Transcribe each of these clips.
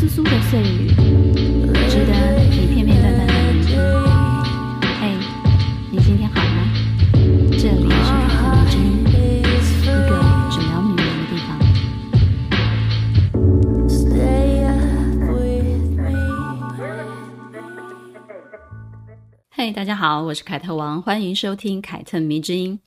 簌簌的碎语，值得你片片段段的聆听。嘿，你今天好吗？这里是凯特迷之音，一个只聊女人的地方。嘿，大家好，我是凯特王，欢迎收听凯特迷之音。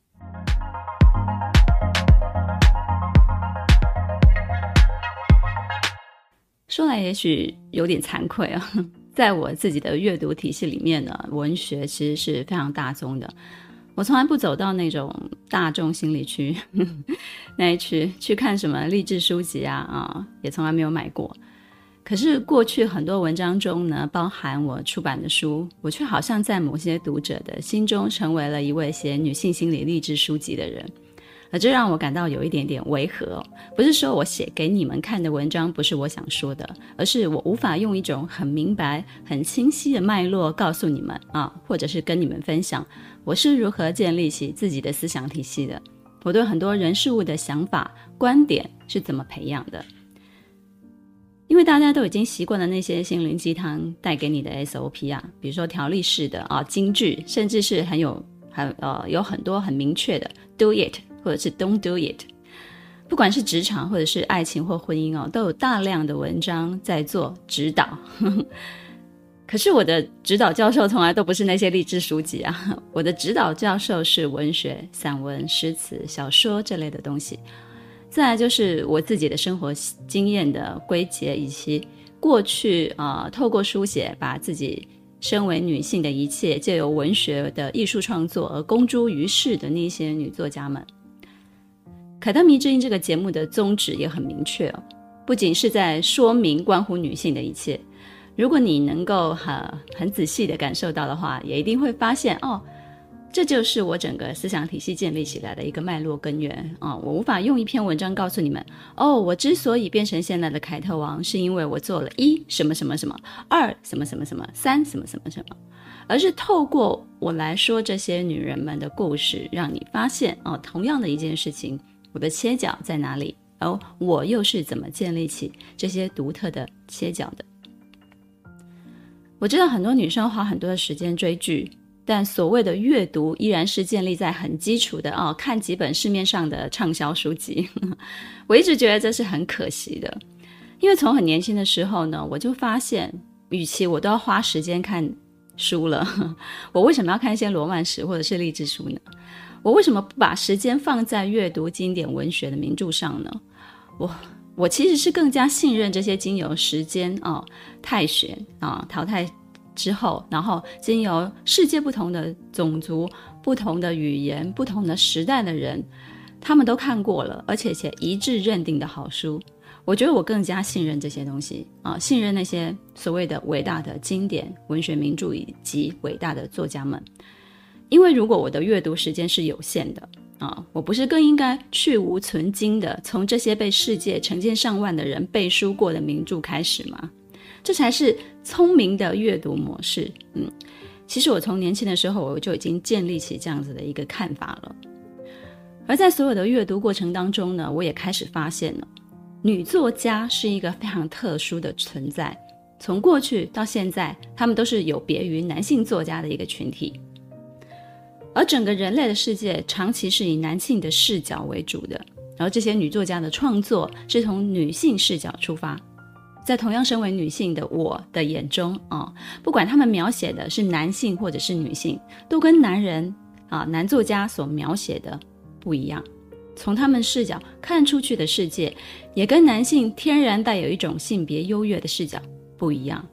说来也许有点惭愧啊，在我自己的阅读体系里面呢，文学其实是非常大众的。我从来不走到那种大众心理区那一区去看什么励志书籍啊，也从来没有买过。可是过去很多文章中呢，包含我出版的书，我却好像在某些读者的心中成为了一位写女性心理励志书籍的人。而这让我感到有一点点违和不是说我写给你们看的文章不是我想说的，而是我无法用一种很明白很清晰的脉络告诉你们或者是跟你们分享我是如何建立起自己的思想体系的，我对很多人事物的想法观点是怎么培养的。因为大家都已经习惯了那些心灵鸡汤带给你的 SOP 比如说条例式的金句，甚至是有很多很明确的 do it或者是 don't do it， 不管是职场或者是爱情或婚姻都有大量的文章在做指导可是我的指导教授从来都不是那些励志书籍我的指导教授是文学、散文、诗词、小说这类的东西，再来就是我自己的生活经验的归结，以及过去透过书写把自己身为女性的一切借由文学的艺术创作而公诸于世的那些女作家们。凯特迷之音这个节目的宗旨也很明确不仅是在说明关乎女性的一切，如果你能够很仔细的感受到的话，也一定会发现这就是我整个思想体系建立起来的一个脉络根源我无法用一篇文章告诉你们我之所以变成现在的凯特王是因为我做了1什么什么什么，2什么什么什么，3什么什么什么，而是透过我来说这些女人们的故事，让你发现同样的一件事情，我的切角在哪里，而我又是怎么建立起这些独特的切角的。我知道很多女生花很多的时间追剧，但所谓的阅读依然是建立在很基础的看几本市面上的畅销书籍我一直觉得这是很可惜的，因为从很年轻的时候呢，我就发现与其我都要花时间看书了我为什么要看一些罗曼史或者是励志书呢？我为什么不把时间放在阅读经典文学的名著上呢？我其实是更加信任这些经由时间汰选淘汰之后，然后经由世界不同的种族、不同的语言、不同的时代的人，他们都看过了，而且一致认定的好书。我觉得我更加信任这些东西信任那些所谓的伟大的经典文学名著以及伟大的作家们。因为如果我的阅读时间是有限的我不是更应该去无存菁的从这些被世界成千上万的人背书过的名著开始吗？这才是聪明的阅读模式。其实我从年轻的时候我就已经建立起这样子的一个看法了。而在所有的阅读过程当中呢，我也开始发现了女作家是一个非常特殊的存在，从过去到现在，她们都是有别于男性作家的一个群体。而整个人类的世界长期是以男性的视角为主的，然后这些女作家的创作是从女性视角出发，在同样身为女性的我的眼中不管他们描写的是男性或者是女性，都跟男作家所描写的不一样，从他们视角看出去的世界也跟男性天然带有一种性别优越的视角不一样。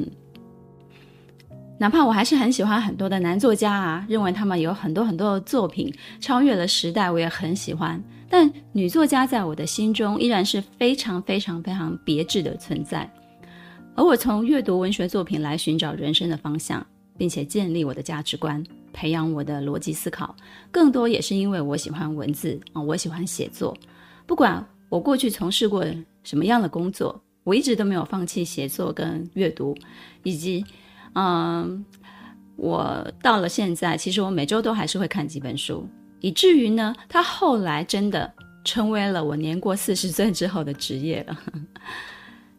哪怕我还是很喜欢很多的男作家认为他们有很多很多的作品超越了时代，我也很喜欢，但女作家在我的心中依然是非常非常非常别致的存在。而我从阅读文学作品来寻找人生的方向，并且建立我的价值观，培养我的逻辑思考，更多也是因为我喜欢文字我喜欢写作。不管我过去从事过什么样的工作，我一直都没有放弃写作跟阅读，以及我到了现在，其实我每周都还是会看几本书，以至于呢，它后来真的成为了我年过40岁之后的职业了。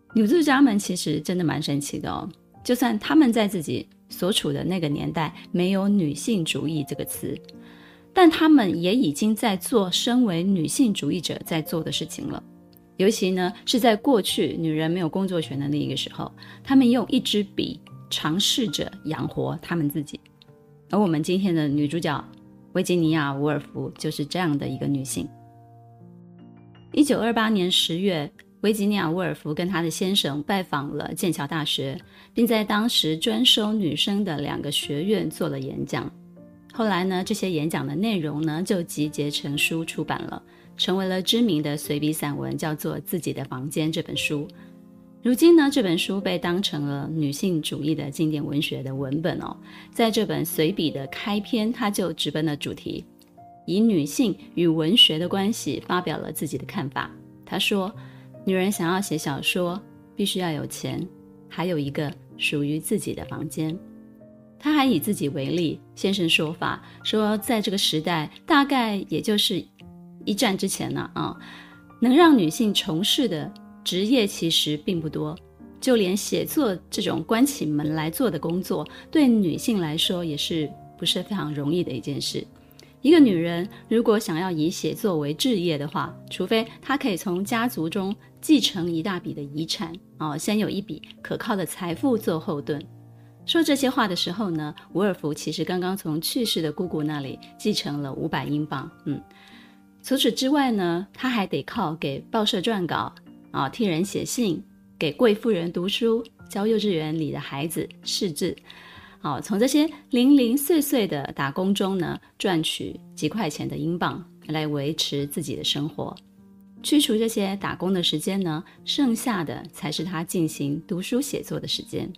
女作家们其实真的蛮神奇的哦，就算他们在自己所处的那个年代没有女性主义这个词，但他们也已经在做身为女性主义者在做的事情了。尤其呢是在过去女人没有工作权的那个时候，他们用一支笔尝试着养活他们自己。而我们今天的女主角维吉尼亚·伍尔夫就是这样的一个女性。1928年10月，维吉尼亚·伍尔夫跟她的先生拜访了剑桥大学，并在当时专收女生的2个学院做了演讲。后来呢，这些演讲的内容呢就集结成书出版了，成为了知名的随笔散文，叫做《自己的房间》这本书。如今呢，这本书被当成了女性主义的经典文学的文本哦。在这本随笔的开篇，他就直奔了主题，以女性与文学的关系发表了自己的看法。他说，女人想要写小说，必须要有钱，还有一个属于自己的房间。他还以自己为例，现身说法，说在这个时代，大概也就是一战之前呢能让女性从事的职业其实并不多，就连写作这种关起门来做的工作，对女性来说也是不是非常容易的一件事。一个女人如果想要以写作为志业的话，除非她可以从家族中继承一大笔的遗产先有一笔可靠的财富做后盾。说这些话的时候呢，伍尔夫其实刚刚从去世的姑姑那里继承了500英镑。除此之外呢，他还得靠给报社撰稿替人写信，给贵妇人读书，教幼稚园里的孩子识字。从这些零零碎碎的打工中呢，赚取几块钱的英镑来维持自己的生活。去除这些打工的时间呢，剩下的才是他进行读书写作的时间。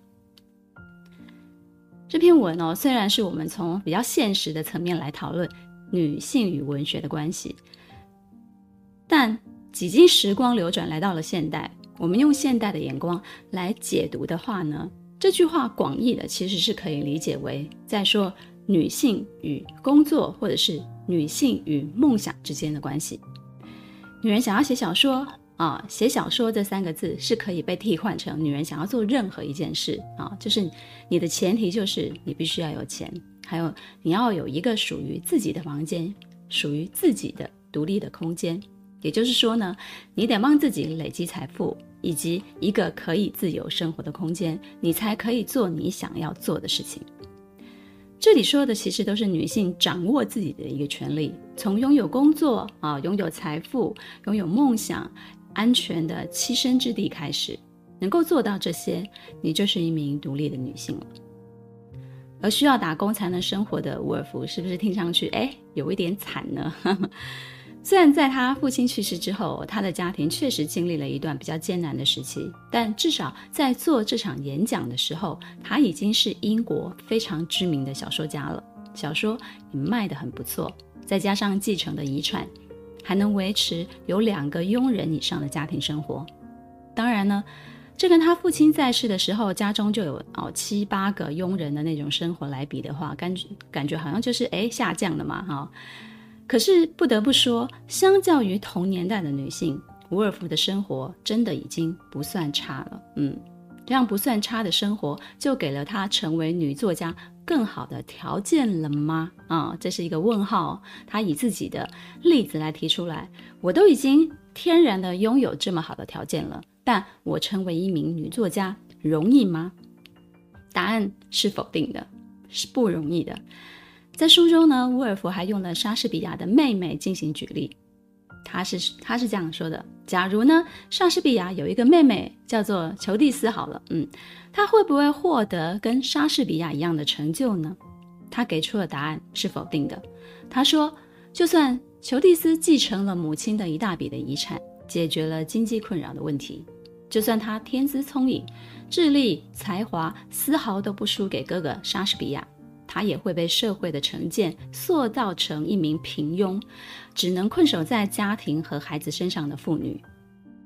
这篇文虽然是我们从比较现实的层面来讨论女性与文学的关系，但几经时光流转来到了现代，我们用现代的眼光来解读的话呢，这句话广义的其实是可以理解为在说女性与工作或者是女性与梦想之间的关系。女人想要写小说写小说这3个字是可以被替换成女人想要做任何一件事就是你的前提就是你必须要有钱，还有你要有一个属于自己的房间，属于自己的独立的空间。也就是说呢，你得帮自己累积财富，以及一个可以自由生活的空间，你才可以做你想要做的事情。这里说的其实都是女性掌握自己的一个权利，从拥有工作拥有财富，拥有梦想，安全的栖身之地开始。能够做到这些，你就是一名独立的女性了。而需要打工才能生活的伍尔夫，是不是听上去有一点惨呢？虽然在他父亲去世之后，他的家庭确实经历了一段比较艰难的时期，但至少在做这场演讲的时候，他已经是英国非常知名的小说家了，小说也卖得很不错，再加上继承的遗产，还能维持有2个佣人以上的家庭生活。当然呢，这跟他父亲在世的时候家中就有7、8个佣人的那种生活来比的话，感觉好像就是下降了嘛可是不得不说，相较于同年代的女性，伍尔夫的生活真的已经不算差了。这样不算差的生活就给了她成为女作家更好的条件了吗？这是一个问号。她以自己的例子来提出来，我都已经天然的拥有这么好的条件了，但我成为一名女作家容易吗？答案是否定的，是不容易的。在书中呢，伍尔夫还用了莎士比亚的妹妹进行举例。他是这样说的，假如呢莎士比亚有一个妹妹叫做裘蒂斯好了，他会不会获得跟莎士比亚一样的成就呢？他给出的答案是否定的。他说，就算裘蒂斯继承了母亲的一大笔的遗产，解决了经济困扰的问题，就算他天资聪颖，智力才华丝毫都不输给哥哥莎士比亚，她也会被社会的成见塑造成一名平庸，只能困守在家庭和孩子身上的妇女。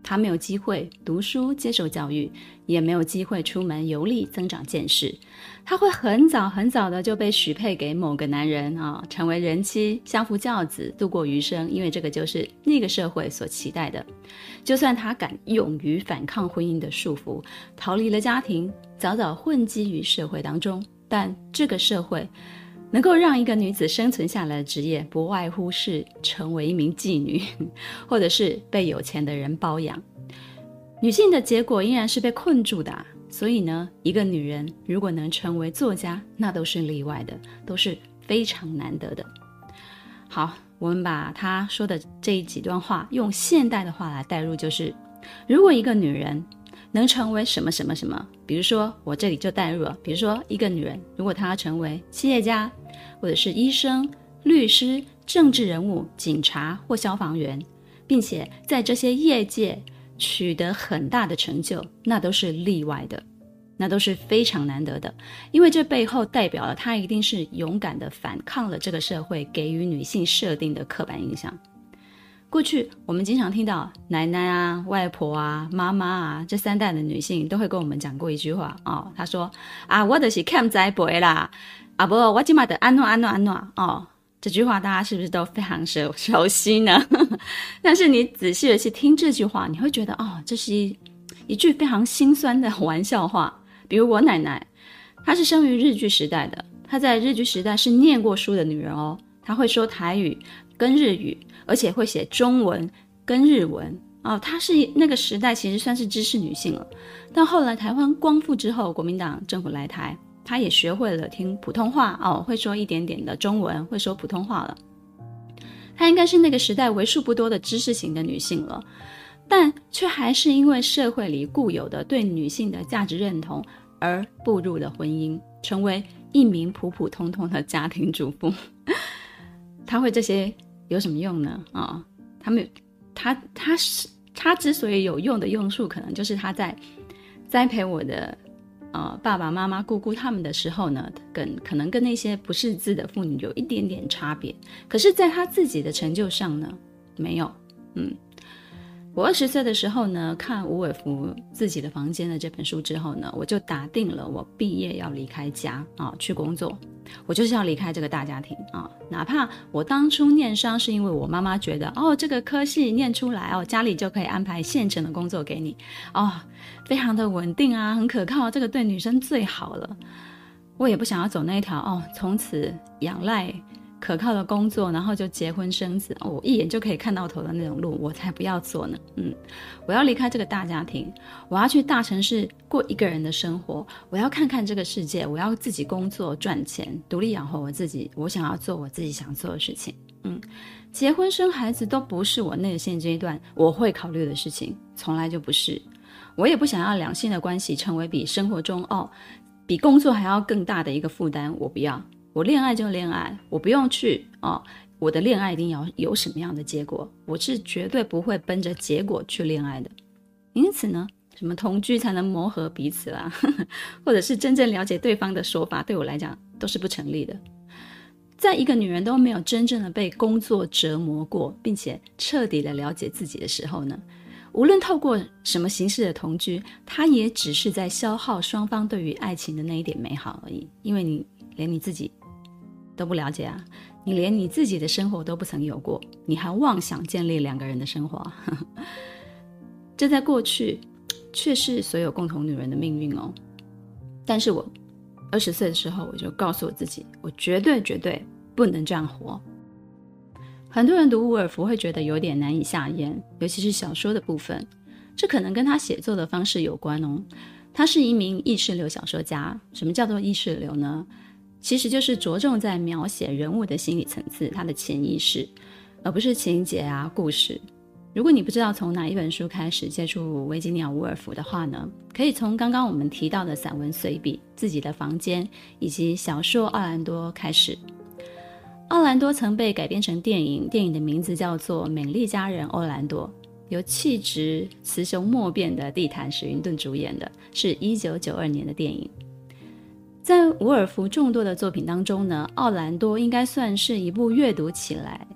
他没有机会读书接受教育，也没有机会出门游历增长见识，他会很早很早的就被许配给某个男人成为人妻，相夫教子，度过余生，因为这个就是那个社会所期待的。就算他敢勇于反抗婚姻的束缚，逃离了家庭，早早混迹于社会当中，但这个社会能够让一个女子生存下来的职业，不外乎是成为一名妓女，或者是被有钱的人包养。女性的结果依然是被困住的所以呢，一个女人如果能成为作家，那都是例外的，都是非常难得的。好，我们把她说的这几段话用现代的话来带入，就是如果一个女人能成为什么什么什么，比如说我这里就带入了，比如说一个女人如果她要成为企业家，或者是医生、律师、政治人物、警察或消防员，并且在这些业界取得很大的成就，那都是例外的，那都是非常难得的，因为这背后代表了她一定是勇敢地反抗了这个社会给予女性设定的刻板印象。过去我们经常听到奶奶啊、外婆啊、妈妈啊这三代的女性都会跟我们讲过一句话她说我就是欠栽培啦，不我现在就安怎安怎安怎这句话大家是不是都非常熟悉呢？但是你仔细的去听这句话，你会觉得这是一句非常心酸的玩笑话。比如我奶奶，她是生于日据时代的，她在日据时代是念过书的女人她会说台语跟日语，而且会写中文跟日文她是那个时代其实算是知识女性了。但后来台湾光复之后，国民党政府来台，她也学会了听普通话会说一点点的中文，会说普通话了。她应该是那个时代为数不多的知识型的女性了，但却还是因为社会里固有的对女性的价值认同而步入了婚姻，成为一名普普通通的家庭主妇。她会这些有什么用呢？她之所以有用的用处，可能就是她在栽培我的爸爸妈妈、姑姑他们的时候呢，可能跟那些不识字的妇女有一点点差别。可是在她自己的成就上呢，没有。我20岁的时候呢，看伍尔夫自己的房间的这本书之后呢，我就打定了我毕业要离开家去工作，我就是要离开这个大家庭哪怕我当初念商是因为我妈妈觉得这个科系念出来家里就可以安排现成的工作给你非常的稳定很可靠，这个对女生最好了。我也不想要走那一条从此仰赖可靠的工作，然后就结婚生子我一眼就可以看到头的那种路，我才不要做呢。我要离开这个大家庭，我要去大城市过一个人的生活，我要看看这个世界，我要自己工作赚钱，独立养活我自己，我想要做我自己想做的事情。结婚生孩子都不是我那个现阶段我会考虑的事情，从来就不是。我也不想要两性的关系成为比生活中比工作还要更大的一个负担，我不要。我恋爱就恋爱，我不用去我的恋爱一定要有什么样的结果，我是绝对不会奔着结果去恋爱的。因此呢，什么同居才能磨合彼此啦或者是真正了解对方的说法，对我来讲都是不成立的。在一个女人都没有真正的被工作折磨过，并且彻底的了解自己的时候呢，无论透过什么形式的同居，它也只是在消耗双方对于爱情的那一点美好而已。因为你连你自己都不了解你连你自己的生活都不曾有过，你还妄想建立两个人的生活这在过去却是所有共同女人的命运但是我20岁的时候，我就告诉我自己，我绝对不能这样活。很多人读伍尔夫会觉得有点难以下咽，尤其是小说的部分，这可能跟他写作的方式有关他是一名意识流小说家。什么叫做意识流呢？其实就是着重在描写人物的心理层次，他的潜意识，而不是情节故事。如果你不知道从哪一本书开始接触维吉尼亚·伍尔夫的话呢，可以从刚刚我们提到的散文随笔、自己的房间以及小说《奥兰多》开始。奥兰多曾被改编成电影，电影的名字叫做《美丽佳人欧兰多》，由气质雌雄莫辨的地毯史云顿主演的，是1992年的电影。在伍尔夫众多的作品当中呢，奥兰多应该算是一部阅读起来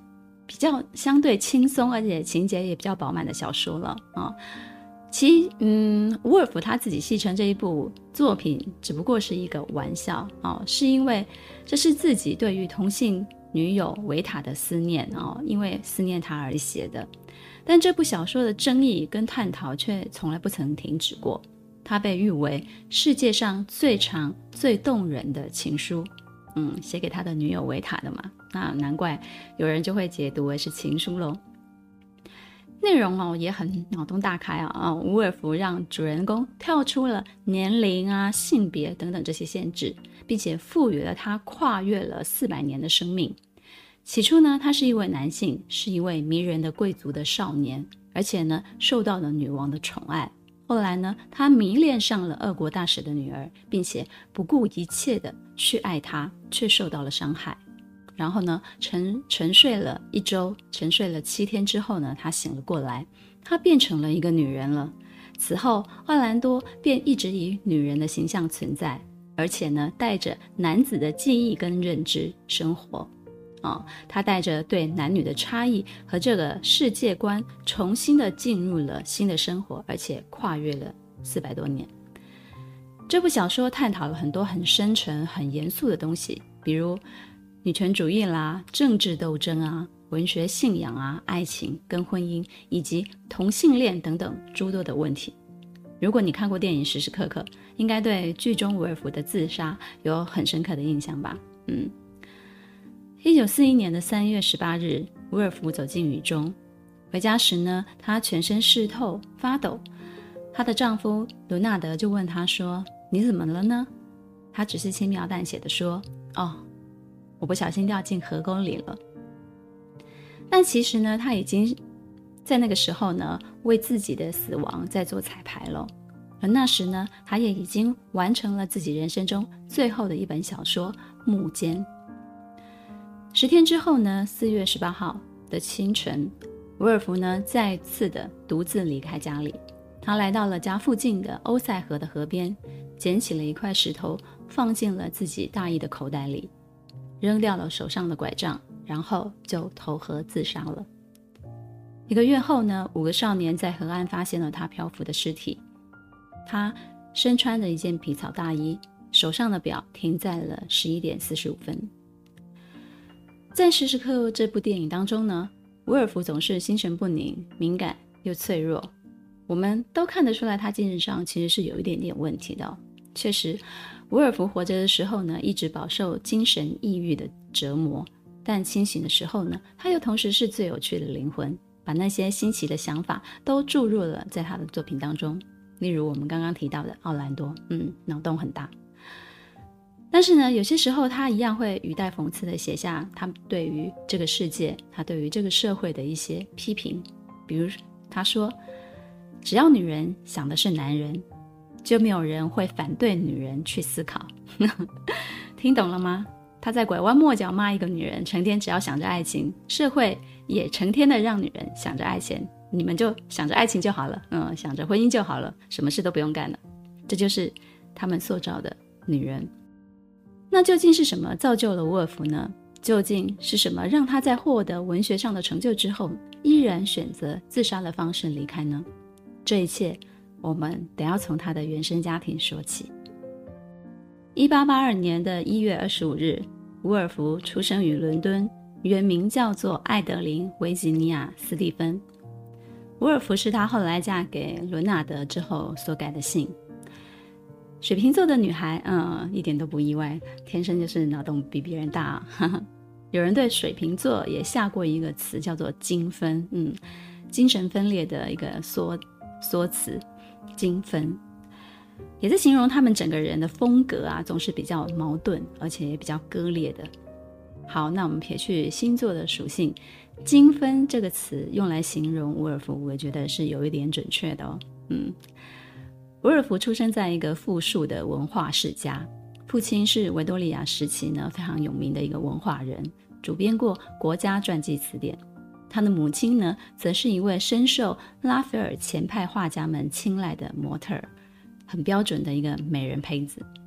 比较相对轻松，而且情节也比较饱满的小说了啊。伍尔夫他自己戏称这一部作品只不过是一个玩笑是因为这是自己对于同性女友维塔的思念因为思念她而写的。但这部小说的争议跟探讨却从来不曾停止过，它被誉为世界上最长最动人的情书，写给他的女友维塔的嘛，那难怪有人就会解读为是情书咯。内容也很脑洞大开伍尔夫让主人公跳出了年龄性别等等这些限制，并且赋予了他跨越了400年的生命。起初呢，他是一位男性，是一位迷人的贵族的少年，而且呢受到了女王的宠爱。后来呢，他迷恋上了俄国大使的女儿，并且不顾一切的去爱她，却受到了伤害。然后呢，沉睡了1周，沉睡了7天之后呢，他醒了过来，他变成了一个女人了。此后，奥兰多便一直以女人的形象存在，而且呢，带着男子的记忆跟认知生活。他带着对男女的差异和这个世界观，重新的进入了新的生活，而且跨越了400多年。这部小说探讨了很多很深沉、很严肃的东西，比如女权主义啦、政治斗争文学信仰爱情跟婚姻，以及同性恋等等诸多的问题。如果你看过电影《时时刻刻》，应该对剧中伍尔夫的自杀有很深刻的印象吧。1941年的3月18日，伍尔夫走进雨中，回家时呢，她全身湿透发抖。她的丈夫伦纳德就问她说：“你怎么了呢？”她只是轻描淡写地说：“我不小心掉进河沟里了。”但其实呢，她已经在那个时候呢，为自己的死亡在做彩排了。而那时呢，她也已经完成了自己人生中最后的一本小说《幕间》。10天之后呢，4月18号的清晨，伍尔夫呢再次的独自离开家里。他来到了家附近的欧塞河的河边，捡起了一块石头，放进了自己大衣的口袋里，扔掉了手上的拐杖，然后就投河自杀了。1个月后呢，5个少年在河岸发现了他漂浮的尸体。他身穿着一件皮草大衣，手上的表停在了11点45分。在《时时刻刻》这部电影当中呢，伍尔夫总是心神不宁、敏感又脆弱。我们都看得出来，他精神上其实是有一点点问题的。确实，伍尔夫活着的时候呢，一直饱受精神抑郁的折磨，但清醒的时候呢，他又同时是最有趣的灵魂，把那些新奇的想法都注入了在他的作品当中。例如我们刚刚提到的奥兰多，脑洞很大。但是呢，有些时候他一样会语带讽刺的写下他对于这个世界，他对于这个社会的一些批评。比如他说，只要女人想的是男人，就没有人会反对女人去思考。听懂了吗？他在拐弯抹角骂一个女人成天只要想着爱情，社会也成天的让女人想着爱情，你们就想着爱情就好了，想着婚姻就好了，什么事都不用干了。这就是他们塑造的女人。那究竟是什么造就了伍尔夫呢？究竟是什么让他在获得文学上的成就之后，依然选择自杀的方式离开呢？这一切我们得要从他的原生家庭说起。1882年的1月25日，伍尔夫出生于伦敦，原名叫做艾德琳·维吉尼亚·斯蒂芬。伍尔夫是她后来嫁给伦纳德之后所改的姓。水瓶座的女孩，一点都不意外，天生就是脑洞比别人大。有人对水瓶座也下过一个词，叫做精分，精神分裂的一个缩词，精分，也在形容他们整个人的风格总是比较矛盾，而且也比较割裂的。好，那我们撇去星座的属性，精分这个词用来形容伍尔夫，我觉得是有一点准确的哦。伍尔夫出生在一个富庶的文化世家，父亲是维多利亚时期呢非常有名的一个文化人，主编过国家传记词典。他的母亲呢，则是一位深受拉斐尔前派画家们青睐的模特儿，很标准的一个美人胚子。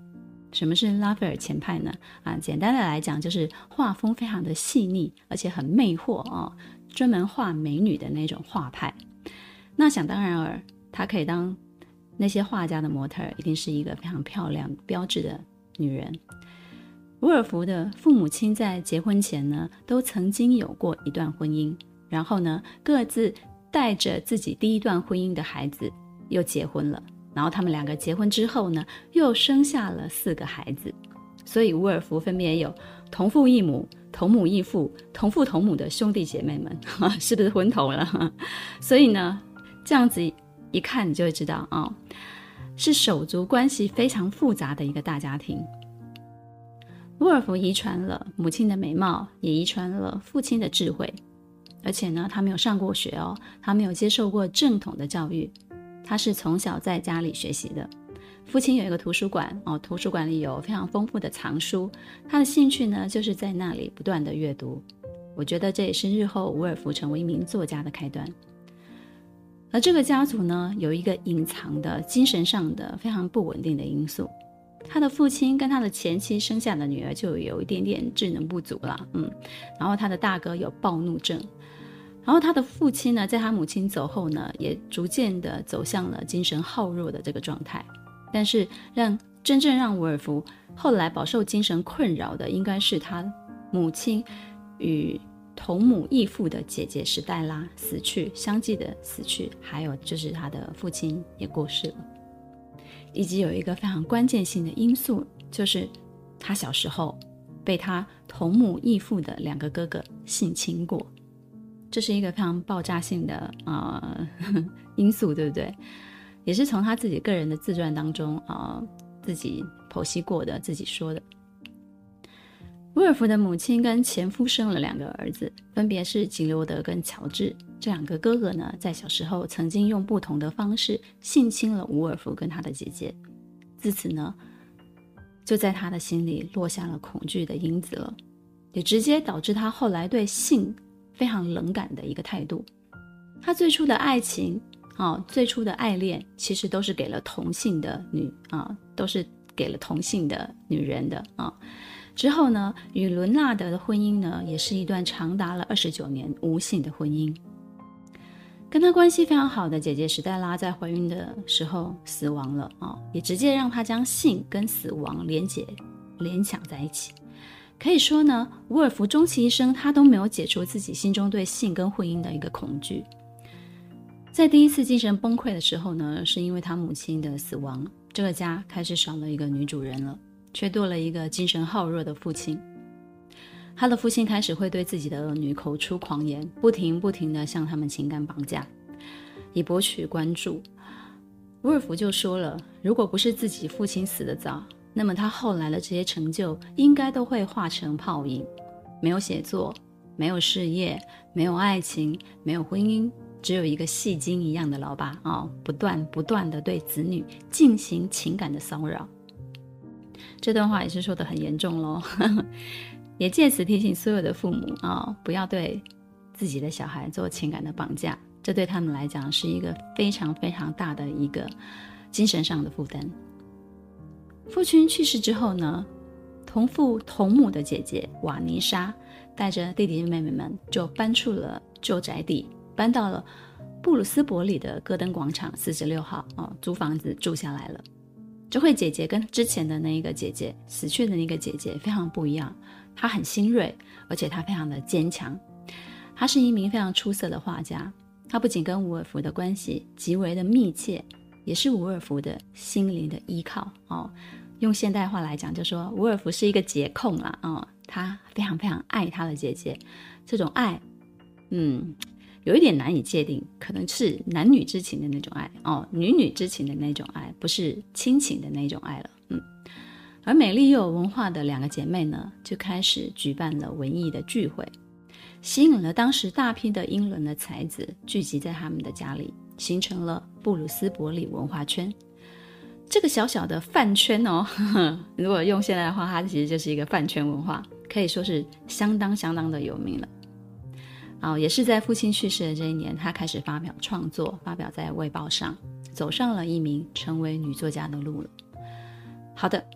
什么是拉斐尔前派呢？简单的来讲，就是画风非常的细腻，而且很魅惑专门画美女的那种画派。那想当然尔，她可以当那些画家的模特，一定是一个非常漂亮、标致的女人。伍尔夫的父母亲在结婚前呢，都曾经有过一段婚姻，然后呢，各自带着自己第一段婚姻的孩子又结婚了。然后他们两个结婚之后呢，又生下了4个孩子，所以伍尔夫分别有同父异母、同母异父、同父同母的兄弟姐妹们，是不是昏头了？所以呢，这样子一看你就会知道是手足关系非常复杂的一个大家庭。伍尔夫遗传了母亲的美貌，也遗传了父亲的智慧，而且呢，他没有上过学他没有接受过正统的教育。他是从小在家里学习的，父亲有一个图书馆图书馆里有非常丰富的藏书，他的兴趣呢就是在那里不断的阅读。我觉得这也是日后伍尔夫成为一名作家的开端。而这个家族呢，有一个隐藏的精神上的非常不稳定的因素。他的父亲跟他的前妻生下的女儿就有一点点智能不足了，然后他的大哥有暴怒症。然后他的父亲呢，在他母亲走后呢，也逐渐的走向了精神耗弱的这个状态。但是真正让伍尔夫后来饱受精神困扰的，应该是他母亲与同母异父的姐姐史黛拉死去，相继的死去，还有就是他的父亲也过世了。以及有一个非常关键性的因素，就是他小时候被他同母异父的2个哥哥性侵过。这是一个非常爆炸性的因素，对不对？也是从他自己个人的自传当中自己剖析过的，自己说的。伍尔夫的母亲跟前夫生了2个儿子，分别是吉罗德跟乔治。这2个哥哥呢，在小时候曾经用不同的方式性侵了伍尔夫跟他的姐姐，自此呢，就在他的心里落下了恐惧的因子了，也直接导致他后来对性非常冷感的一个态度。他最初的爱情最初的爱恋其实都是给了同性的都是给了同性的女人的之后呢，与伦纳德的婚姻呢，也是一段长达了29年无性的婚姻。跟他关系非常好的姐姐史黛拉在怀孕的时候死亡了也直接让他将性跟死亡联想在一起。可以说呢，伍尔夫终其一生他都没有解除自己心中对性跟婚姻的一个恐惧。在第一次精神崩溃的时候呢，是因为他母亲的死亡，这个家开始少了一个女主人了，却多了一个精神耗弱的父亲。他的父亲开始会对自己的儿女口出狂言，不停地向他们情感绑架，以博取关注。伍尔夫就说了，如果不是自己父亲死得早，那么他后来的这些成就应该都会化成泡影。没有写作，没有事业，没有爱情，没有婚姻，只有一个戏精一样的老爸不断地对子女进行情感的骚扰。这段话也是说得很严重咯也借此提醒所有的父母不要对自己的小孩做情感的绑架，这对他们来讲是一个非常非常大的一个精神上的负担。父亲去世之后呢，同父同母的姐姐瓦尼莎带着弟弟妹妹们就搬出了旧宅地，搬到了布鲁斯伯里的戈登广场46号租房子住下来了。这位姐姐跟之前的那一个姐姐，死去的那个姐姐非常不一样，她很新锐，而且她非常的坚强。她是一名非常出色的画家，她不仅跟伍尔夫的关系极为的密切，也是伍尔夫的心灵的依靠用现代话来讲，就说伍尔夫是一个姐控啦他非常非常爱他的姐姐，这种爱有一点难以界定，可能是男女之情的那种爱女女之情的那种爱，不是亲情的那种爱了而美丽又有文化的2个姐妹呢，就开始举办了文艺的聚会，吸引了当时大批的英伦的才子聚集在他们的家里，形成了布鲁斯伯里文化圈。这个小小的饭圈如果用现在的话，它其实就是一个饭圈文化，可以说是相当的有名了也是在父亲去世的这一年，他开始发表创作，发表在卫报上，走上了一名成为女作家的路了。好的，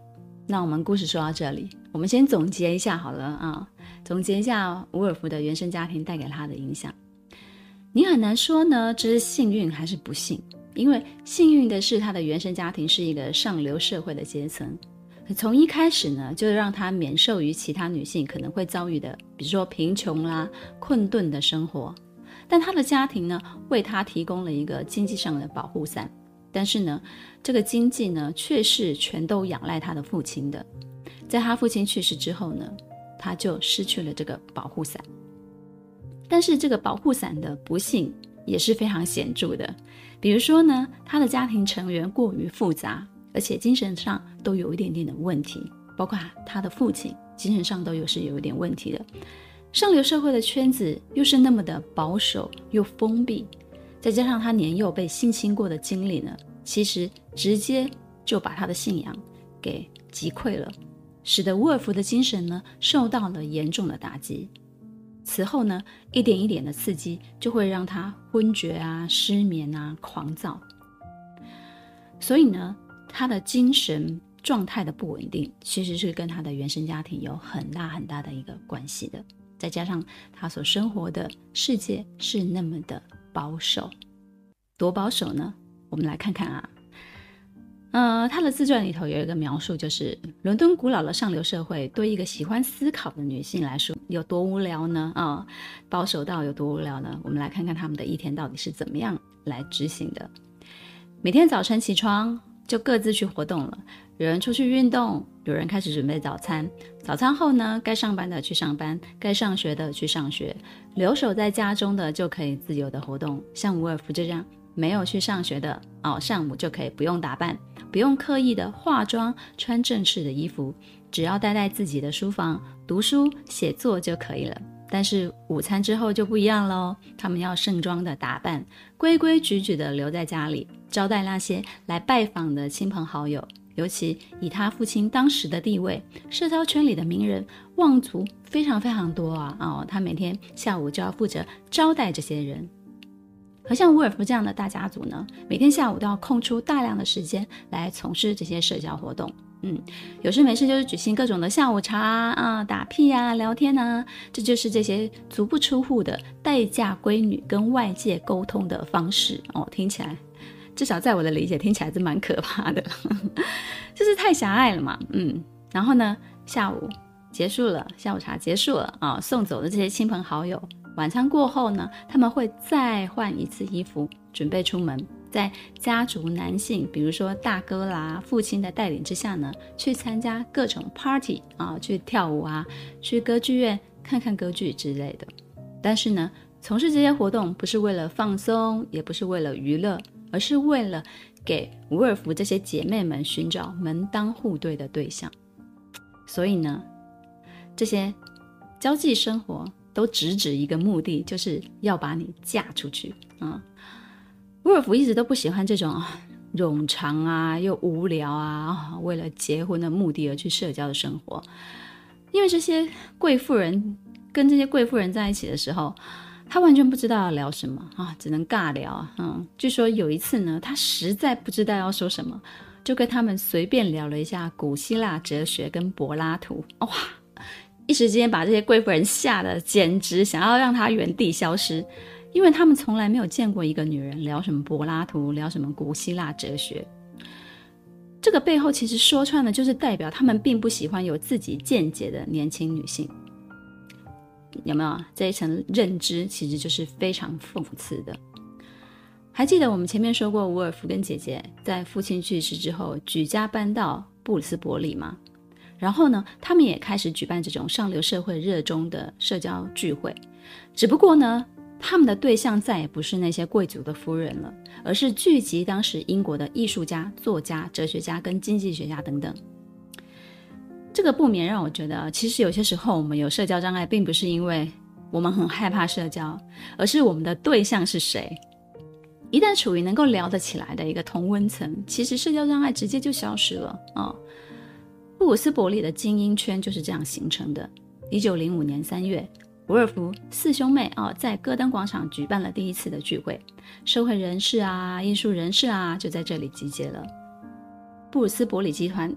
那我们故事说到这里，我们先总结一下好了啊，总结一下伍尔夫的原生家庭带给他的影响。你很难说呢，这是幸运还是不幸，因为幸运的是他的原生家庭是一个上流社会的阶层，从一开始呢，就让他免受于其他女性可能会遭遇的，比如说贫穷啦、困顿的生活。但他的家庭呢，为他提供了一个经济上的保护伞。但是呢，这个经济呢，却是全都仰赖他的父亲的。在他父亲去世之后呢，他就失去了这个保护伞。但是这个保护伞的不幸也是非常显著的。比如说呢，他的家庭成员过于复杂，而且精神上都有一点点的问题，包括他的父亲精神上都是有一点问题的。上流社会的圈子又是那么的保守又封闭，再加上他年幼被性侵过的经历呢，其实直接就把他的信仰给击溃了，使得伍尔夫的精神呢受到了严重的打击。此后呢，一点一点的刺激就会让他昏厥啊、失眠啊、狂躁。所以呢，他的精神状态的不稳定，其实是跟他的原生家庭有很大很大的一个关系的。再加上他所生活的世界是那么的保守，多保守呢？我们来看看啊。他的自传里头有一个描述，就是伦敦古老的上流社会对一个喜欢思考的女性来说有多无聊呢？保守到有多无聊呢？我们来看看他们的一天到底是怎么样来执行的。每天早晨起床就各自去活动了，有人出去运动，有人开始准备早餐。早餐后呢，该上班的去上班，该上学的去上学，留守在家中的就可以自由的活动。像伍尔夫这样没有去上学的上午就可以不用打扮，不用刻意的化妆，穿正式的衣服，只要待在自己的书房读书写作就可以了。但是午餐之后就不一样咯，他们要盛装的打扮，规规矩矩的留在家里，招待那些来拜访的亲朋好友。尤其以他父亲当时的地位，社交圈里的名人望族非常非常多他每天下午就要负责招待这些人。而像伍尔夫这样的大家族呢，每天下午都要空出大量的时间来从事这些社交活动。有事没事就是举行各种的下午茶打屁聊天这就是这些足不出户的待嫁闺女跟外界沟通的方式听起来，至少在我的理解听起来是蛮可怕的就是太狭隘了嘛。然后呢，下午结束了，下午茶结束了送走了这些亲朋好友。晚餐过后呢，他们会再换一次衣服，准备出门，在家族男性，比如说大哥啦、父亲的带领之下呢，去参加各种 party 去跳舞去歌剧院看看歌剧之类的。但是呢，从事这些活动不是为了放松，也不是为了娱乐，而是为了给伍尔夫这些姐妹们寻找门当户对的对象。所以呢，这些交际生活都直指一个目的，就是要把你嫁出去伍尔夫一直都不喜欢这种冗长又无聊为了结婚的目的而去社交的生活。因为这些贵妇人跟这些贵妇人在一起的时候，他完全不知道要聊什么只能尬聊据说有一次呢，他实在不知道要说什么，就跟他们随便聊了一下古希腊哲学跟柏拉图。一时之间把这些贵妇人吓得简直想要让她原地消失，因为他们从来没有见过一个女人聊什么柏拉图，聊什么古希腊哲学。这个背后其实说穿了就是代表他们并不喜欢有自己见解的年轻女性。有没有这一层认知其实就是非常讽刺的。还记得我们前面说过，伍尔夫跟姐姐在父亲去世之后举家搬到布鲁斯伯里吗？然后呢，他们也开始举办这种上流社会热衷的社交聚会。只不过呢，他们的对象再也不是那些贵族的夫人了，而是聚集当时英国的艺术家、作家、哲学家跟经济学家等等。这个不免让我觉得，其实有些时候我们有社交障碍，并不是因为我们很害怕社交，而是我们的对象是谁。一旦处于能够聊得起来的一个同温层，其实社交障碍直接就消失了布鲁斯伯里的精英圈就是这样形成的。1905年3月，伍尔夫四兄妹在戈登广场举办了第一次的聚会，社会人士艺术人士就在这里集结了。布鲁斯伯里集团啪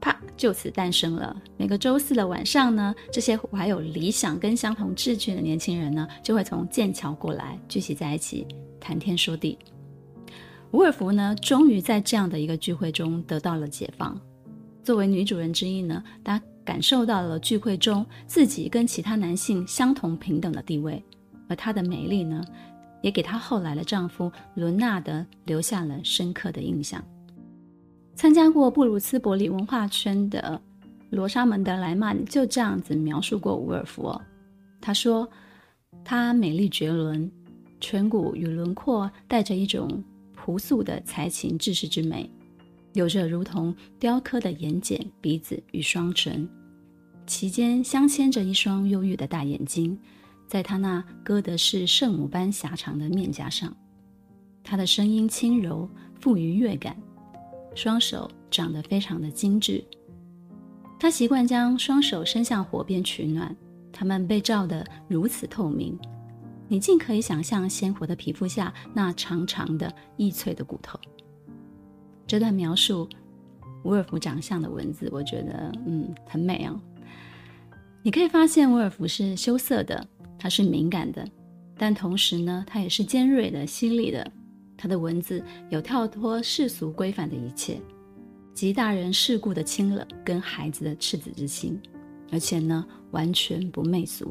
啪就此诞生了。每个周四的晚上呢，这些怀有理想跟相同志趣的年轻人呢，就会从剑桥过来聚集在一起谈天说地。伍尔夫呢，终于在这样的一个聚会中得到了解放。作为女主人之一呢，她感受到了聚会中自己跟其他男性相同平等的地位，而她的美丽呢，也给她后来的丈夫伦纳德留下了深刻的印象。参加过布鲁斯伯里文化圈的罗莎蒙德莱曼就这样子描述过伍尔夫哦，他说她美丽绝伦，颧骨与轮廓带着一种朴素的才情志士之美，有着如同雕刻的眼睑、鼻子与双唇，其间镶嵌着一双忧郁的大眼睛，在她那歌德式圣母般狭长的面颊上。她的声音轻柔，富于乐感，双手长得非常的精致。她习惯将双手伸向火边取暖，它们被照得如此透明，你尽可以想象鲜活的皮肤下那长长的易脆的骨头。这段描述伍尔夫长相的文字，我觉得很美哦。你可以发现伍尔夫是羞涩的，他是敏感的，但同时呢，他也是尖锐的、犀利的。他的文字有跳脱世俗规范的一切，集大人世故的清冷跟孩子的赤子之心，而且呢，完全不媚俗。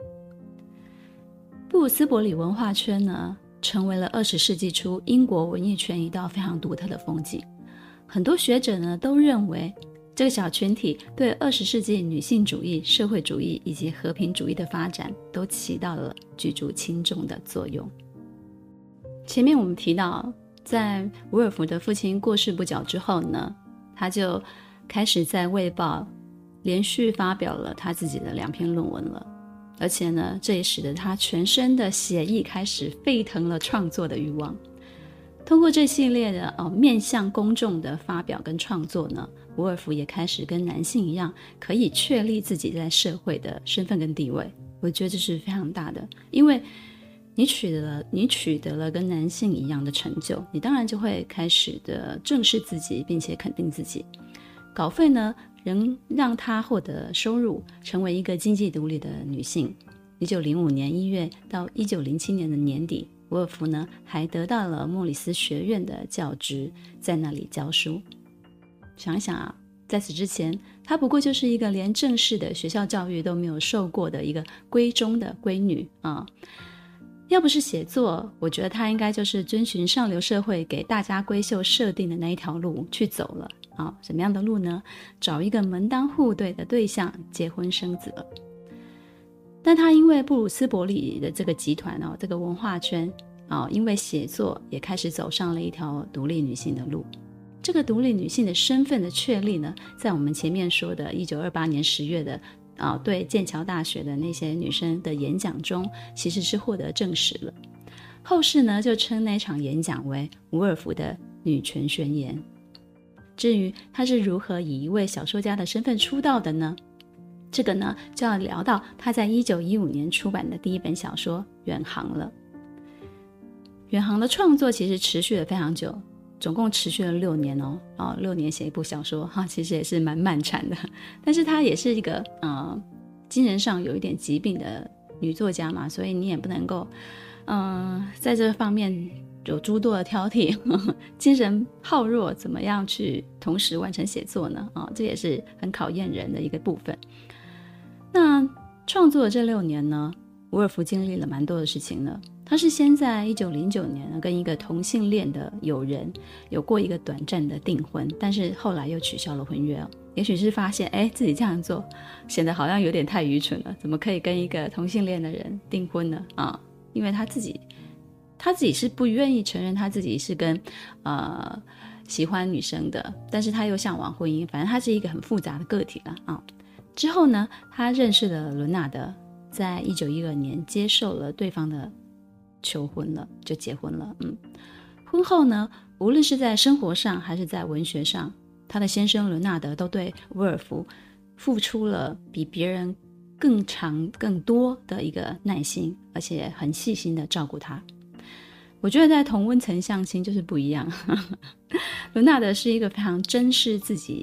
布鲁斯伯里文化圈呢，成为了20世纪初英国文艺圈一道非常独特的风景。很多学者呢都认为，这个小群体对20世纪女性主义、社会主义以及和平主义的发展都起到了举足轻重的作用。前面我们提到，在伍尔夫的父亲过世不久之后呢，他就开始在《卫报》连续发表了他自己的2篇论文了。而且呢，这也使得他全身的血液开始沸腾了创作的欲望。通过这系列的面向公众的发表跟创作呢，伍尔夫也开始跟男性一样，可以确立自己在社会的身份跟地位。我觉得这是非常大的，因为你取得了跟男性一样的成就，你当然就会开始的正视自己，并且肯定自己。稿费呢，仍让她获得收入，成为一个经济独立的女性。1905年1月到1907年的年底，伍尔夫呢还得到了莫里斯学院的教职，在那里教书。想一想啊，在此之前，她不过就是一个连正式的学校教育都没有受过的一个闺中的闺女啊。要不是写作，我觉得她应该就是遵循上流社会给大家闺秀设定的那一条路去走了。什么样的路呢？找一个门当户对的对象，结婚生子了。但他因为布鲁斯伯里的这个集团这个文化圈因为写作也开始走上了一条独立女性的路。这个独立女性的身份的确立呢，在我们前面说的1928年10月的对剑桥大学的那些女生的演讲中，其实是获得证实了。后世呢就称那场演讲为伍尔夫的女权宣言。至于她是如何以一位小说家的身份出道的呢？这个呢就要聊到她在1915年出版的第一本小说《远航》了。《远航》的创作其实持续了非常久，总共持续了6年6年写一部小说其实也是蛮漫长的。但是她也是一个精神上有一点疾病的女作家嘛，所以你也不能够在这方面有诸多的挑剔，精神耗弱，怎么样去同时完成写作呢？这也是很考验人的一个部分。那创作的这6年呢，伍尔夫经历了蛮多的事情呢。他是先在1909年跟一个同性恋的友人有过一个短暂的订婚，但是后来又取消了婚约也许是发现自己这样做显得好像有点太愚蠢了，怎么可以跟一个同性恋的人订婚呢？因为他自己是不愿意承认他自己是跟喜欢女生的，但是他又向往婚姻，反正他是一个很复杂的个体了之后呢，他认识了伦纳德，在1912年接受了对方的求婚了，就结婚了。婚后呢，无论是在生活上还是在文学上，他的先生伦纳德都对伍尔夫付出了比别人更长更多的一个耐心，而且很细心的照顾他。我觉得在同温层相亲就是不一样伦纳德是一个非常珍视自己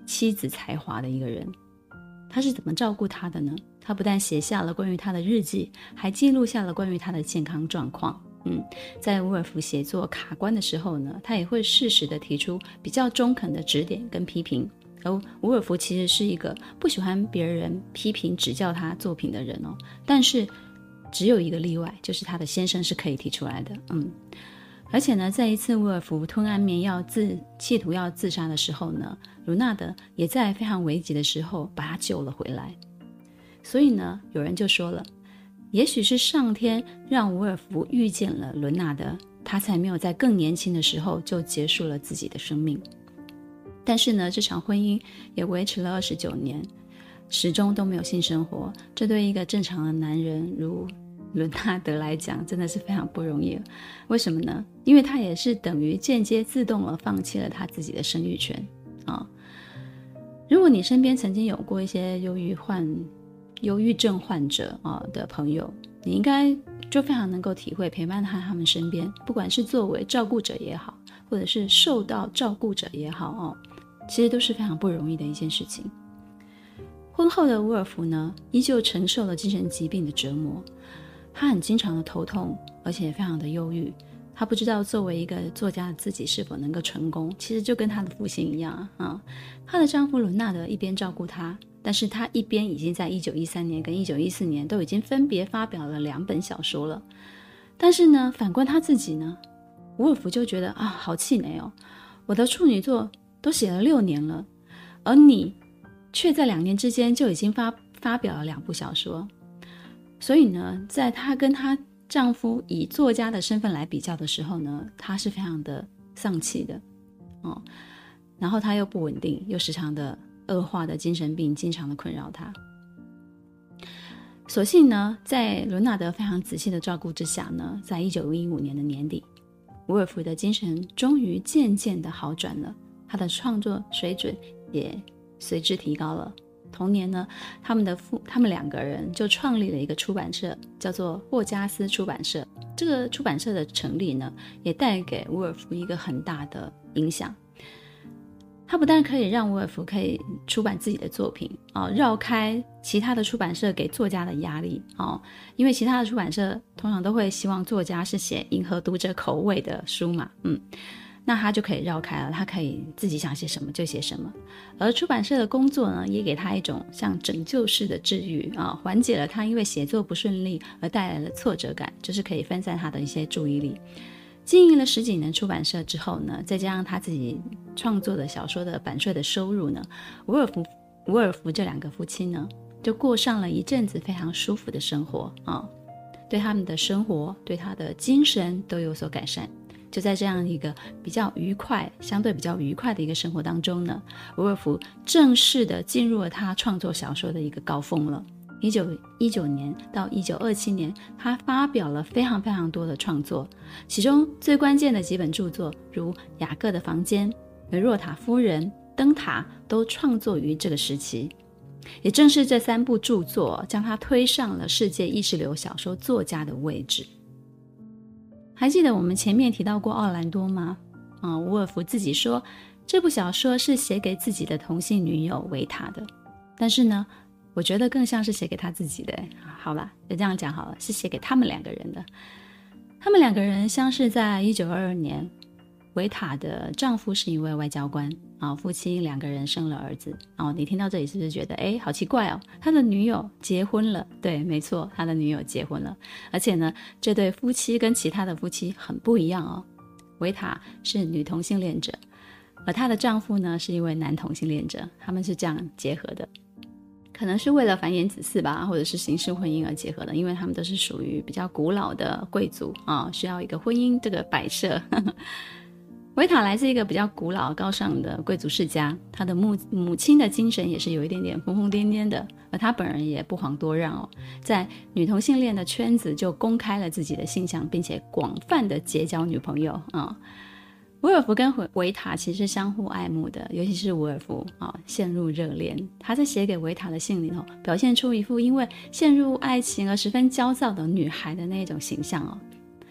妻子才华的一个人。他是怎么照顾她的呢？他不但写下了关于她的日记，还记录下了关于她的健康状况。在伍尔夫写作卡关的时候呢，他也会适时的提出比较中肯的指点跟批评。而伍尔夫其实是一个不喜欢别人批评指教他作品的人哦，但是只有一个例外，就是他的先生是可以提出来的。而且呢，在一次伍尔夫吞安眠药企图要自杀的时候呢，伦纳德也在非常危急的时候把他救了回来。所以呢，有人就说了，也许是上天让伍尔夫遇见了伦纳德，他才没有在更年轻的时候就结束了自己的生命。但是呢，这场婚姻也维持了29年，始终都没有性生活，这对一个正常的男人如伦纳德来讲真的是非常不容易了。为什么呢？因为他也是等于间接自动了放弃了他自己的生育权如果你身边曾经有过一些忧郁症患者的朋友，你应该就非常能够体会陪伴他们身边，不管是作为照顾者也好，或者是受到照顾者也好其实都是非常不容易的一件事情。婚后的伍尔夫呢，依旧承受了精神疾病的折磨，他很经常的头痛，而且非常的忧郁。他不知道作为一个作家的自己是否能够成功，其实就跟他的父亲一样她的丈夫伦纳德一边照顾她，但是他一边已经在1913年跟1914年都已经分别发表了2本小说了。但是呢，反观他自己呢，伍尔夫就觉得好气馁我的处女作都写了6年了，而你却在2年之间就已经发表了2部小说。所以呢，在她跟她丈夫以作家的身份来比较的时候呢，她是非常的丧气的然后她又不稳定，又时常的恶化的精神病经常的困扰她。所幸呢，在伦纳德非常仔细的照顾之下呢，在1915年的年底，伍尔夫的精神终于渐渐的好转了，他的创作水准也随之提高了。同年呢，他们2个人就创立了一个出版社，叫做霍加斯出版社。这个出版社的成立呢，也带给伍尔夫一个很大的影响。他不但可以让伍尔夫可以出版自己的作品绕开其他的出版社给作家的压力因为其他的出版社通常都会希望作家是写迎合读者口味的书嘛那他就可以绕开了，他可以自己想写什么就写什么。而出版社的工作呢，也给他一种像拯救式的治愈缓解了他因为写作不顺利而带来的挫折感，就是可以分散他的一些注意力。经营了10几年出版社之后呢，再加上他自己创作的小说的版税的收入呢，伍尔夫这2个夫妻呢，就过上了一阵子非常舒服的生活对他们的生活，对他的精神都有所改善。就在这样一个相对比较愉快的一个生活当中呢，伍尔夫正式的进入了他创作小说的一个高峰了。1919年到1927年，他发表了非常非常多的创作，其中最关键的几本著作如《雅各的房间》、《梅若塔夫人》、《灯塔》都创作于这个时期。也正是这3部著作将他推上了世界意识流小说作家的位置。还记得我们前面提到过奥兰多吗？伍尔夫自己说这部小说是写给自己的同性女友维塔的，但是呢，我觉得更像是写给他自己的。好吧，就这样讲好了，是写给他们2个人的。他们2个人相识在1922年，维塔的丈夫是一位外交官夫妻2个人生了儿子你听到这里是不是觉得好奇怪他的女友结婚了？对，没错，他的女友结婚了，而且呢，这对夫妻跟其他的夫妻很不一样维塔是女同性恋者，而她的丈夫呢是一位男同性恋者，他们是这样结合的。可能是为了繁衍子嗣吧，或者是形式婚姻而结合的，因为他们都是属于比较古老的贵族需要一个婚姻这个摆设维塔来自一个比较古老高尚的贵族世家，他的母亲的精神也是有一点点疯疯癫癫的，而他本人也不遑多让在女同性恋的圈子就公开了自己的性向，并且广泛的结交女朋友伍尔夫跟维塔其实是相互爱慕的，尤其是伍尔夫陷入热恋。他在写给维塔的信里头表现出一副因为陷入爱情而十分焦躁的女孩的那种形象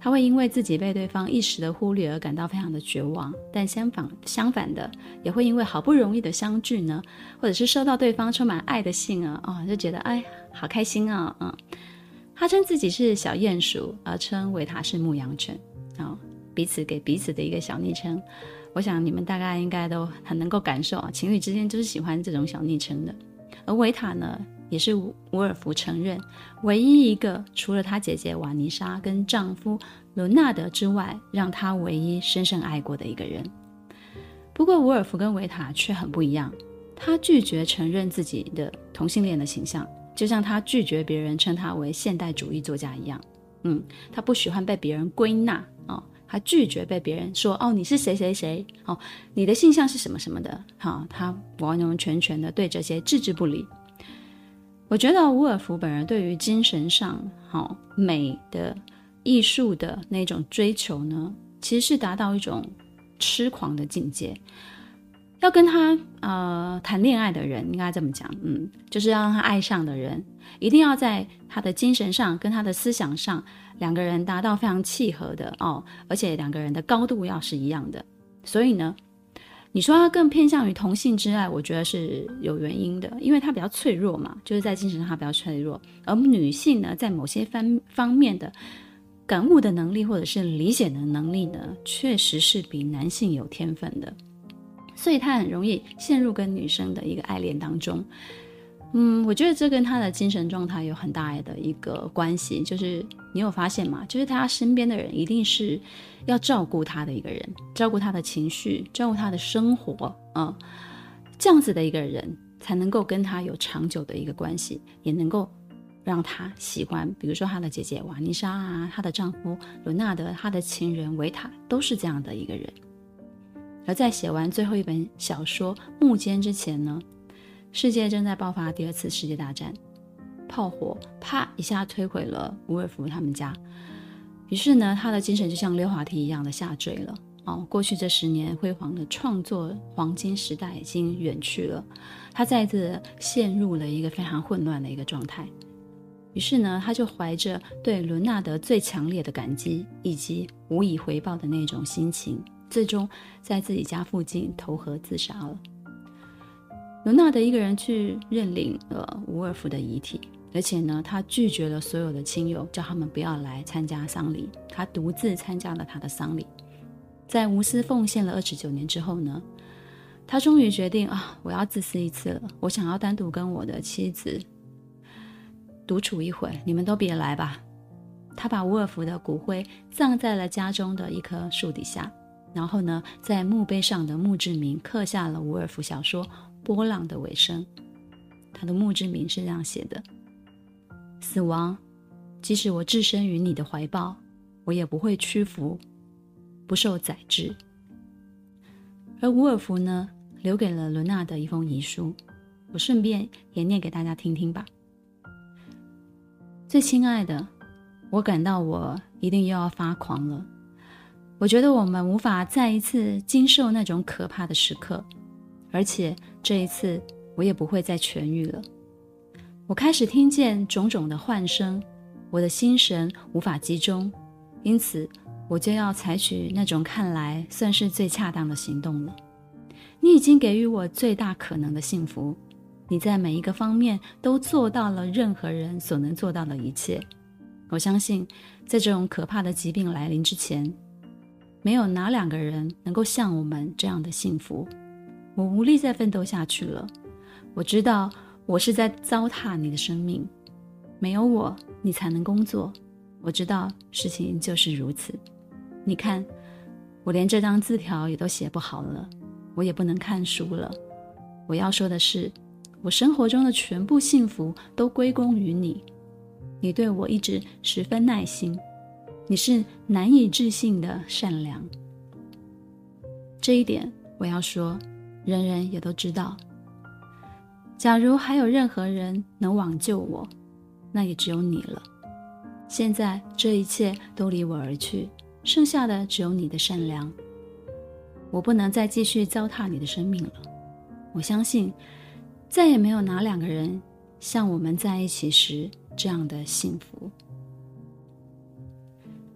他会因为自己被对方一时的忽略而感到非常的绝望，但相反的，也会因为好不容易的相聚呢，或者是收到对方充满爱的信啊，就觉得哎，好开心啊，他称自己是小鼹鼠，而称维塔是牧羊犬，彼此给彼此的一个小昵称。我想你们大概应该都很能够感受啊，情侣之间就是喜欢这种小昵称的。而维塔呢，也是伍尔夫承认唯一一个除了他姐姐瓦妮莎跟丈夫伦纳德之外，让他唯一深深爱过的一个人。不过伍尔夫跟维塔却很不一样，他拒绝承认自己的同性恋的形象，就像他拒绝别人称他为现代主义作家一样。他不喜欢被别人归纳他拒绝被别人说你是谁谁谁你的性向是什么什么的他完完全全的对这些置之不理。我觉得伍尔夫本人对于精神上美的艺术的那种追求呢，其实是达到一种痴狂的境界。要跟他谈恋爱的人，应该这么讲，就是要让他爱上的人，一定要在他的精神上跟他的思想上，两个人达到非常契合的而且两个人的高度要是一样的。所以呢，你说他更偏向于同性之爱，我觉得是有原因的，因为他比较脆弱嘛，就是在精神上他比较脆弱，而女性呢，在某些方面的感悟的能力或者是理解的能力呢，确实是比男性有天分的。所以他很容易陷入跟女生的一个爱恋当中。我觉得这跟他的精神状态有很大的一个关系，就是你有发现吗？就是他身边的人一定是要照顾他的一个人，照顾他的情绪，照顾他的生活这样子的一个人才能够跟他有长久的一个关系，也能够让他喜欢，比如说他的姐姐瓦妮莎啊，他的丈夫伦纳德，他的情人维塔，都是这样的一个人。而在写完最后一本小说《幕间》之前呢，世界正在爆发第二次世界大战，炮火啪一下摧毁了伍尔夫他们家。于是呢，他的精神就像溜滑梯一样的下坠了过去这10年辉煌的创作黄金时代已经远去了，他再次陷入了一个非常混乱的一个状态。于是呢，他就怀着对伦纳德最强烈的感激以及无以回报的那种心情，最终在自己家附近投河自杀了。伦纳德一个人去认领了伍尔夫的遗体，而且呢，他拒绝了所有的亲友，叫他们不要来参加丧礼，他独自参加了他的丧礼。在无私奉献了29年之后呢，他终于决定我要自私一次了，我想要单独跟我的妻子独处一会，你们都别来吧。他把伍尔夫的骨灰葬在了家中的一棵树底下，然后呢，在墓碑上的墓志铭刻下了伍尔夫小说《波浪的尾声》。他的墓志铭是这样写的：死亡，即使我置身于你的怀抱，我也不会屈服，不受宰制。而伍尔夫呢，留给了伦纳德一封遗书，我顺便也念给大家听听吧。最亲爱的，我感到我一定又要发狂了。我觉得我们无法再一次经受那种可怕的时刻，而且这一次我也不会再痊愈了。我开始听见种种的幻声，我的心神无法集中，因此我就要采取那种看来算是最恰当的行动了。你已经给予我最大可能的幸福，你在每一个方面都做到了任何人所能做到的一切。我相信在这种可怕的疾病来临之前，没有哪2个人能够像我们这样的幸福。我无力再奋斗下去了，我知道我是在糟蹋你的生命，没有我你才能工作，我知道事情就是如此。你看，我连这张字条也都写不好了，我也不能看书了。我要说的是，我生活中的全部幸福都归功于你，你对我一直十分耐心，你是难以置信的善良。这一点我要说，人人也都知道。假如还有任何人能挽救我，那也只有你了。现在这一切都离我而去，剩下的只有你的善良。我不能再继续糟蹋你的生命了。我相信再也没有哪2个人像我们在一起时这样的幸福。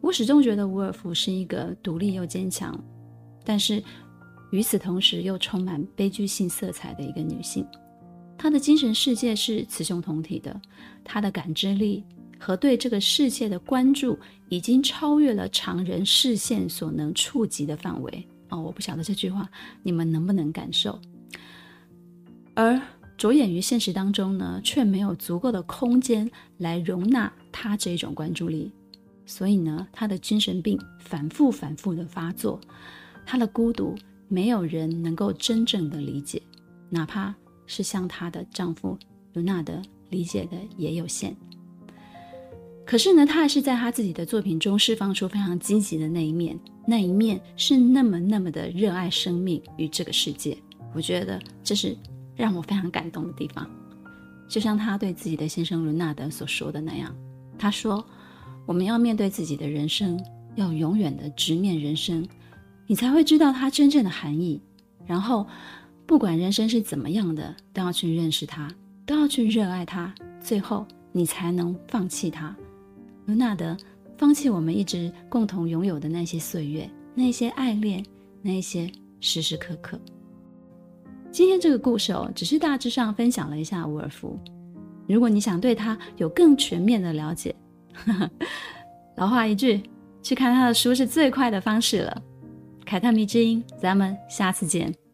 我始终觉得伍尔夫是一个独立又坚强，但是与此同时又充满悲剧性色彩的一个女性。她的精神世界是雌雄同体的，她的感知力和对这个世界的关注已经超越了常人视线所能触及的范围。我不晓得这句话你们能不能感受。而着眼于现实当中呢，却没有足够的空间来容纳她这种关注力，所以呢，她的精神病反复的发作，她的孤独没有人能够真正的理解，哪怕是像她的丈夫卢纳德理解的也有限。可是呢，她还是在她自己的作品中释放出非常积极的那一面，那一面是那么的热爱生命与这个世界。我觉得这是让我非常感动的地方。就像她对自己的先生伦纳德所说的那样，她说，我们要面对自己的人生，要永远的直面人生，你才会知道它真正的含义。然后不管人生是怎么样的，都要去认识它，都要去热爱它，最后你才能放弃它。伦纳德放弃我们一直共同拥有的那些岁月，那些爱恋，那些时时刻刻。今天这个故事只是大致上分享了一下伍尔夫。如果你想对他有更全面的了解，老话一句，去看他的书是最快的方式了。凯特迷之音，咱们下次见。